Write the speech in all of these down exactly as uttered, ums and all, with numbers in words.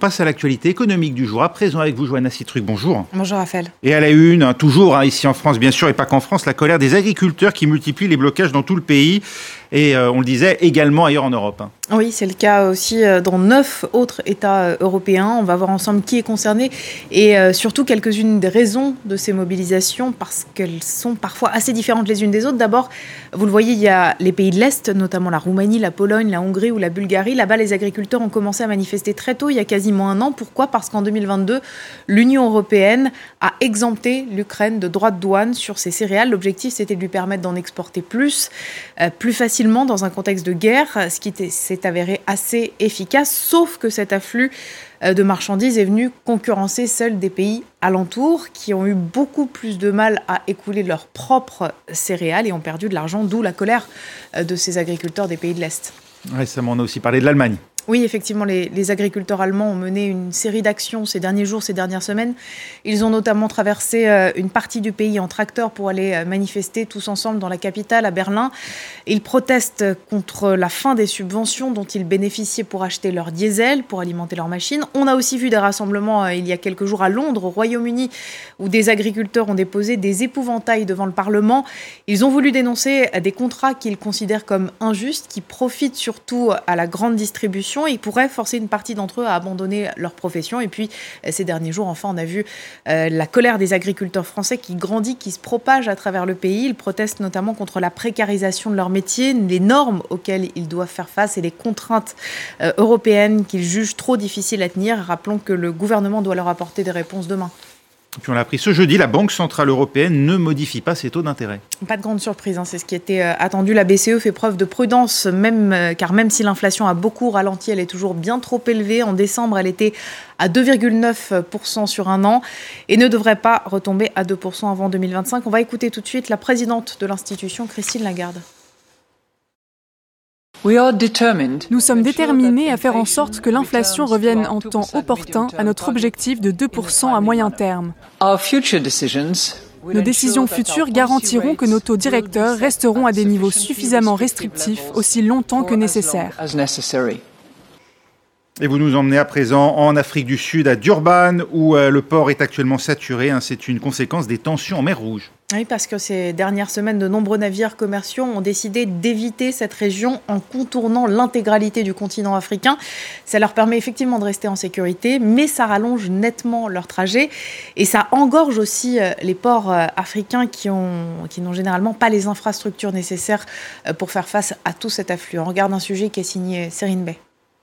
passe à l'actualité économique du jour. À présent avec vous, Johanna Citruc, bonjour. Bonjour Raphaël. Et à la une, hein, toujours hein, ici en France bien sûr, et pas qu'en France, la colère des agriculteurs qui multiplient les blocages dans tout le pays. Et euh, on le disait, également ailleurs en Europe. Hein. Oui, c'est le cas aussi dans neuf autres États européens. On va voir ensemble qui est concerné et euh, surtout quelques-unes des raisons de ces mobilisations parce qu'elles sont parfois assez différentes les unes des autres. D'abord, vous le voyez, il y a les pays de l'Est, notamment la Roumanie, la Pologne, la Hongrie ou la Bulgarie. Là-bas, les agriculteurs ont commencé à manifester très tôt, il y a quasiment un an. Pourquoi ? Parce qu'en deux mille vingt-deux, l'Union européenne a exempté l'Ukraine de droits de douane sur ses céréales. L'objectif, c'était de lui permettre d'en exporter plus, euh, plus facilement dans un contexte de guerre, ce qui s'est avéré assez efficace, sauf que cet afflux de marchandises est venu concurrencer seuls des pays alentours qui ont eu beaucoup plus de mal à écouler leurs propres céréales et ont perdu de l'argent, d'où la colère de ces agriculteurs des pays de l'Est. Récemment, on a aussi parlé de l'Allemagne. Oui, effectivement, les, les agriculteurs allemands ont mené une série d'actions ces derniers jours, ces dernières semaines. Ils ont notamment traversé euh, une partie du pays en tracteur pour aller euh, manifester tous ensemble dans la capitale, à Berlin. Ils protestent contre la fin des subventions dont ils bénéficiaient pour acheter leur diesel, pour alimenter leurs machines. On a aussi vu des rassemblements euh, il y a quelques jours à Londres, au Royaume-Uni, où des agriculteurs ont déposé des épouvantails devant le Parlement. Ils ont voulu dénoncer des contrats qu'ils considèrent comme injustes, qui profitent surtout à la grande distribution. Ils pourraient forcer une partie d'entre eux à abandonner leur profession. Et puis, ces derniers jours, enfin, on a vu euh, la colère des agriculteurs français qui grandit, qui se propage à travers le pays. Ils protestent notamment contre la précarisation de leur métier, les normes auxquelles ils doivent faire face et les contraintes euh, européennes qu'ils jugent trop difficiles à tenir. Rappelons que le gouvernement doit leur apporter des réponses demain. Puis on l'a appris ce jeudi, la Banque Centrale Européenne ne modifie pas ses taux d'intérêt. Pas de grande surprise, hein, c'est ce qui était euh, attendu. La B C E fait preuve de prudence, même, euh, car même si l'inflation a beaucoup ralenti, elle est toujours bien trop élevée. En décembre, elle était à deux virgule neuf pour cent sur un an et ne devrait pas retomber à deux pour cent avant deux mille vingt-cinq. On va écouter tout de suite la présidente de l'institution, Christine Lagarde. Nous sommes déterminés à faire en sorte que l'inflation revienne en temps opportun à notre objectif de deux pour cent à moyen terme. Nos décisions futures garantiront que nos taux directeurs resteront à des niveaux suffisamment restrictifs aussi longtemps que nécessaire. Et vous nous emmenez à présent en Afrique du Sud, à Durban, où euh, le port est actuellement saturé. Hein, c'est une conséquence des tensions en mer Rouge. Oui, parce que ces dernières semaines, de nombreux navires commerciaux ont décidé d'éviter cette région en contournant l'intégralité du continent africain. Ça leur permet effectivement de rester en sécurité, mais ça rallonge nettement leur trajet. Et ça engorge aussi les ports africains qui, ont, qui n'ont généralement pas les infrastructures nécessaires pour faire face à tout cet afflux. On regarde un sujet qui est signé Serine Bey.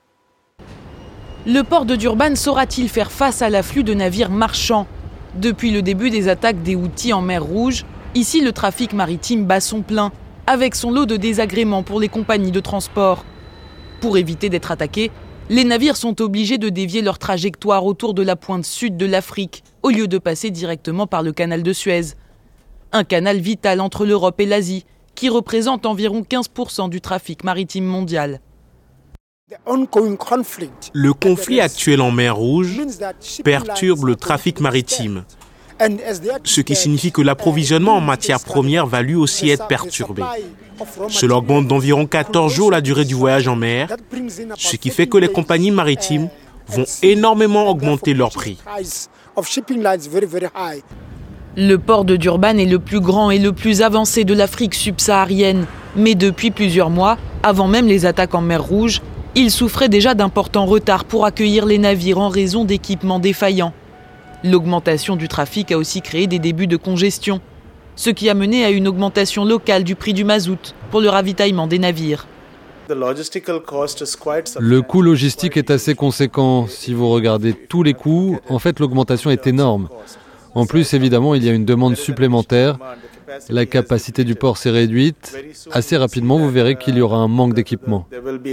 Le port de Durban saura-t-il faire face à l'afflux de navires marchands ? Depuis le début des attaques des Houthis en mer Rouge, ici le trafic maritime bat son plein, avec son lot de désagréments pour les compagnies de transport. Pour éviter d'être attaqués, les navires sont obligés de dévier leur trajectoire autour de la pointe sud de l'Afrique, au lieu de passer directement par le canal de Suez. Un canal vital entre l'Europe et l'Asie, qui représente environ quinze pour cent du trafic maritime mondial. Le conflit actuel en mer Rouge perturbe le trafic maritime, ce qui signifie que l'approvisionnement en matières premières va lui aussi être perturbé. Cela augmente d'environ quatorze jours la durée du voyage en mer, ce qui fait que les compagnies maritimes vont énormément augmenter leurs prix. Le port de Durban est le plus grand et le plus avancé de l'Afrique subsaharienne. Mais depuis plusieurs mois, avant même les attaques en mer Rouge, il souffrait déjà d'importants retards pour accueillir les navires en raison d'équipements défaillants. L'augmentation du trafic a aussi créé des débuts de congestion, ce qui a mené à une augmentation locale du prix du mazout pour le ravitaillement des navires. Le coût logistique est assez conséquent. Si vous regardez tous les coûts, en fait l'augmentation est énorme. En plus, évidemment, il y a une demande supplémentaire. La capacité du port s'est réduite. Assez rapidement, vous verrez qu'il y aura un manque d'équipement.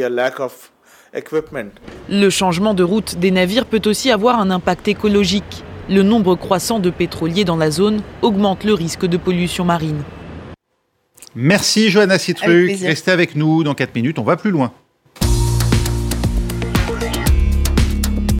Le changement de route des navires peut aussi avoir un impact écologique. Le nombre croissant de pétroliers dans la zone augmente le risque de pollution marine. Merci Johanna Citruc. Restez avec nous. Dans quatre minutes, on va plus loin.